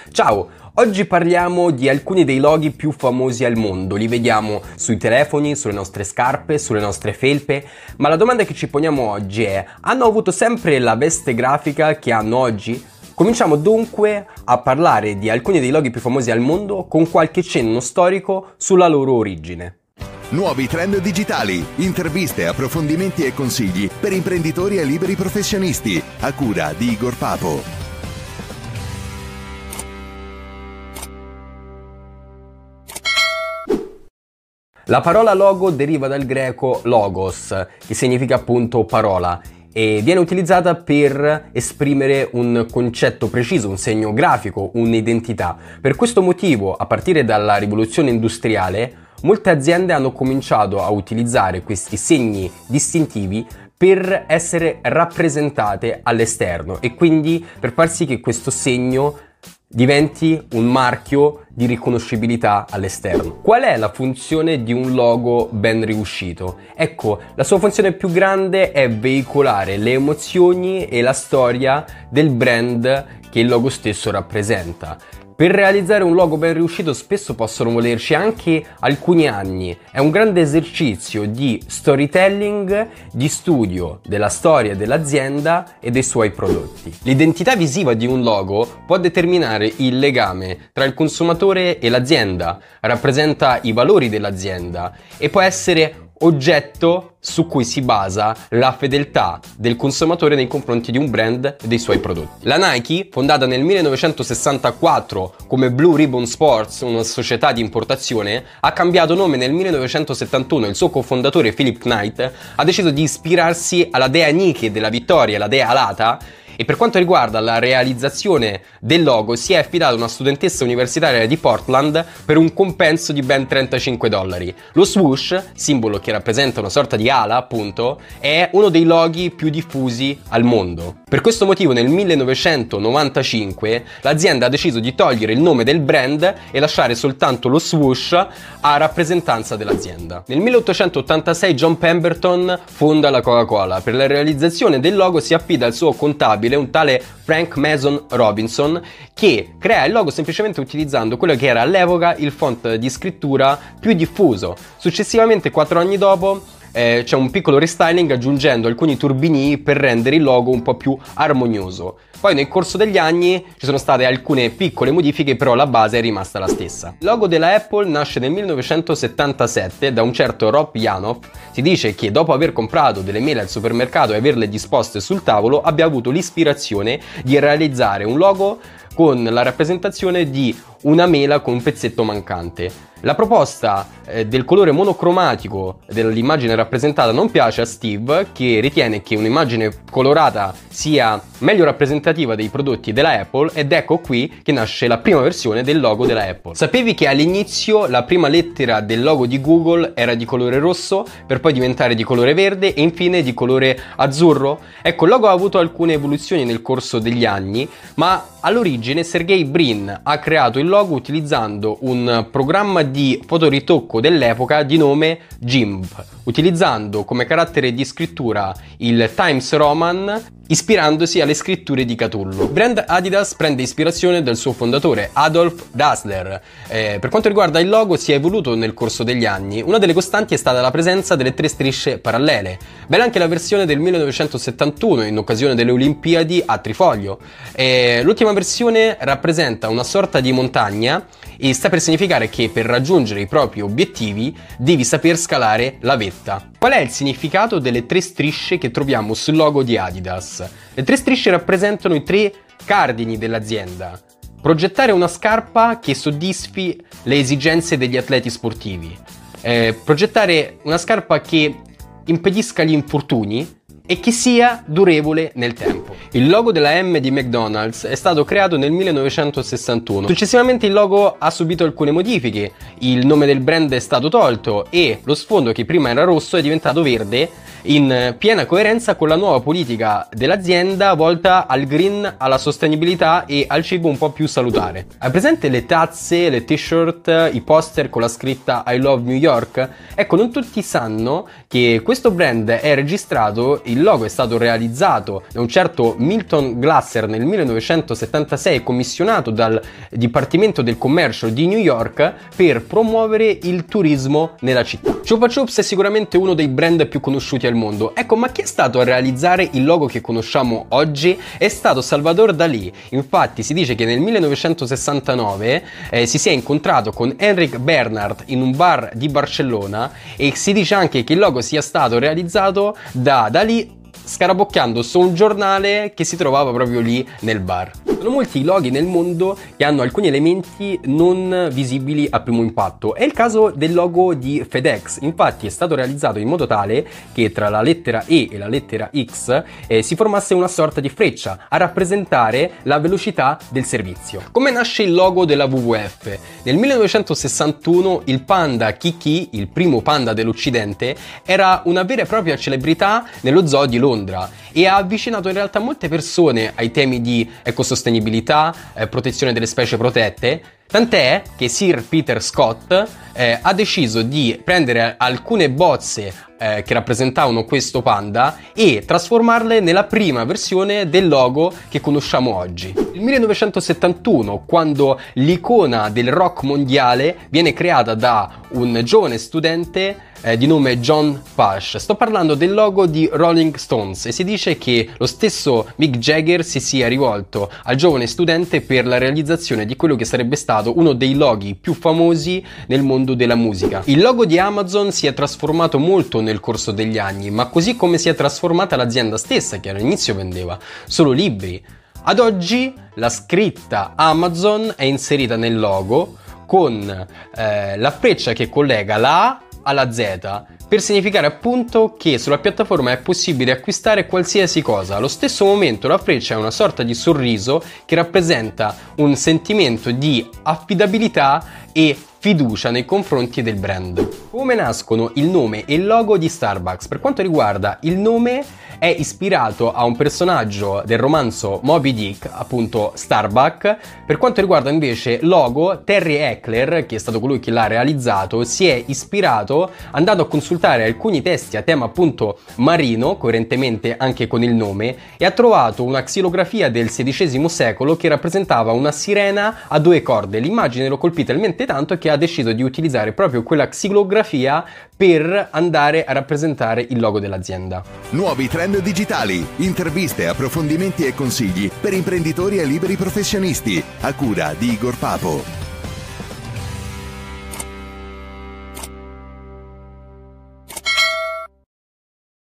Ciao, oggi parliamo di alcuni dei loghi più famosi al mondo, li vediamo sui telefoni, sulle nostre scarpe, sulle nostre felpe, ma la domanda che ci poniamo oggi è: hanno avuto sempre la veste grafica che hanno oggi? Cominciamo dunque a parlare di alcuni dei loghi più famosi al mondo con qualche cenno storico sulla loro origine. Nuovi trend digitali, interviste, approfondimenti e consigli per imprenditori e liberi professionisti, a cura di Igor Papo. La parola logo deriva dal greco logos, che significa appunto parola, e viene utilizzata per esprimere un concetto preciso, un segno grafico, un'identità. Per questo motivo, a partire dalla rivoluzione industriale, molte aziende hanno cominciato a utilizzare questi segni distintivi per essere rappresentate all'esterno e quindi per far sì che questo segno diventi un marchio di riconoscibilità all'esterno. Qual è la funzione di un logo ben riuscito? Ecco, la sua funzione più grande è veicolare le emozioni e la storia del brand che il logo stesso rappresenta. Per realizzare un logo ben riuscito spesso possono volerci anche alcuni anni. È un grande esercizio di storytelling, di studio della storia dell'azienda e dei suoi prodotti. L'identità visiva di un logo può determinare il legame tra il consumatore e l'azienda, rappresenta i valori dell'azienda e può essere oggetto su cui si basa la fedeltà del consumatore nei confronti di un brand e dei suoi prodotti. La Nike, fondata nel 1964 come Blue Ribbon Sports, una società di importazione, ha cambiato nome nel 1971. Il suo cofondatore Philip Knight ha deciso di ispirarsi alla dea Nike della vittoria, la dea alata, e per quanto riguarda la realizzazione del logo si è affidata a una studentessa universitaria di Portland per un compenso di ben $35. Lo swoosh, simbolo che rappresenta una sorta di ala appunto, è uno dei loghi più diffusi al mondo. Per questo motivo nel 1995 l'azienda ha deciso di togliere il nome del brand e lasciare soltanto lo swoosh a rappresentanza dell'azienda. Nel 1886 John Pemberton fonda la Coca-Cola. Per la realizzazione del logo si affida al suo contabile, un tale Frank Mason Robinson, che crea il logo semplicemente utilizzando quello che era all'epoca il font di scrittura più diffuso. Successivamente, 4 anni dopo, c'è un piccolo restyling aggiungendo alcuni turbini per rendere il logo un po' più armonioso. Poi nel corso degli anni ci sono state alcune piccole modifiche, però la base è rimasta la stessa. Il logo della Apple nasce nel 1977 da un certo Rob Janoff. Si dice che dopo aver comprato delle mele al supermercato e averle disposte sul tavolo abbia avuto l'ispirazione di realizzare un logo con la rappresentazione di una mela con un pezzetto mancante. La proposta del colore monocromatico dell'immagine rappresentata non piace a Steve, che ritiene che un'immagine colorata sia meglio rappresentativa dei prodotti della Apple, ed ecco qui che nasce la prima versione del logo della Apple. Sapevi che all'inizio la prima lettera del logo di Google era di colore rosso per poi diventare di colore verde e infine di colore azzurro? Ecco, il logo ha avuto alcune evoluzioni nel corso degli anni, ma all'origine Sergey Brin ha creato il logo utilizzando un programma di fotoritocco dell'epoca di nome GIMP, utilizzando come carattere di scrittura il Times Roman, ispirandosi alle scritture di Catullo. Il brand Adidas prende ispirazione dal suo fondatore Adolf Dassler. Per quanto riguarda il logo si è evoluto nel corso degli anni. Una delle costanti è stata la presenza delle 3 strisce parallele. Bella anche la versione del 1971 in occasione delle Olimpiadi a trifoglio. L'ultima versione rappresenta una sorta di montagna e sta per significare che per raggiungere i propri obiettivi devi saper scalare la vetta. Qual è il significato delle 3 strisce che troviamo sul logo di Adidas? Le 3 strisce rappresentano i 3 cardini dell'azienda. Progettare una scarpa che soddisfi le esigenze degli atleti sportivi. Progettare una scarpa che impedisca gli infortuni e che sia durevole nel tempo. Il logo della M di McDonald's è stato creato nel 1961. Successivamente il logo ha subito alcune modifiche, il nome del brand è stato tolto e lo sfondo, che prima era rosso, è diventato verde, in piena coerenza con la nuova politica dell'azienda volta al green, alla sostenibilità e al cibo un po' più salutare. Hai presente le tazze, le t-shirt, i poster con la scritta I love New York? Ecco, non tutti sanno che questo brand è registrato il logo è stato realizzato da un certo Milton Glasser nel 1976, commissionato dal Dipartimento del Commercio di New York per promuovere il turismo nella città. Chupa Chups è sicuramente uno dei brand più conosciuti al mondo. Ecco, ma chi è stato a realizzare il logo che conosciamo oggi? È stato Salvador Dalí. Infatti si dice che nel 1969 si sia incontrato con Enric Bernard in un bar di Barcellona, e si dice anche che il logo sia stato realizzato da Dalí scarabocchiando su un giornale che si trovava proprio lì nel bar. Sono molti i loghi nel mondo che hanno alcuni elementi non visibili a primo impatto. È il caso del logo di FedEx. Infatti è stato realizzato in modo tale che tra la lettera E e la lettera X si formasse una sorta di freccia a rappresentare la velocità del servizio. Come nasce il logo della WWF? Nel 1961 il panda Kiki, il primo panda dell'Occidente, era una vera e propria celebrità nello zoo di Londra e ha avvicinato in realtà molte persone ai temi di ecosostenibilità, protezione delle specie protette, tant'è che Sir Peter Scott ha deciso di prendere alcune bozze che rappresentavano questo panda e trasformarle nella prima versione del logo che conosciamo oggi. Nel 1971, quando l'icona del rock mondiale viene creata da un giovane studente di nome John Pash. Sto parlando del logo di Rolling Stones, e si dice che lo stesso Mick Jagger si sia rivolto al giovane studente per la realizzazione di quello che sarebbe stato uno dei loghi più famosi nel mondo della musica. Il logo di Amazon si è trasformato molto nel corso degli anni, ma così come si è trasformata l'azienda stessa, che all'inizio vendeva solo libri. Ad oggi la scritta Amazon è inserita nel logo con la freccia che collega la A alla Z, per significare appunto che sulla piattaforma è possibile acquistare qualsiasi cosa. Allo stesso momento la freccia è una sorta di sorriso che rappresenta un sentimento di affidabilità e fiducia nei confronti del brand. Come nascono il nome e il logo di Starbucks? Per quanto riguarda il nome, è ispirato a un personaggio del romanzo Moby Dick, appunto Starbuck. Per quanto riguarda invece logo, Terry Eckler, che è stato colui che l'ha realizzato, si è ispirato andando a consultare alcuni testi a tema appunto marino, coerentemente anche con il nome, e ha trovato una xilografia del XVI secolo che rappresentava una sirena a 2 corde. L'immagine lo colpì talmente tanto che ha deciso di utilizzare proprio quella xilografia per andare a rappresentare il logo dell'azienda. Nuovi trend digitali, interviste, approfondimenti e consigli per imprenditori e liberi professionisti, a cura di Igor Papo.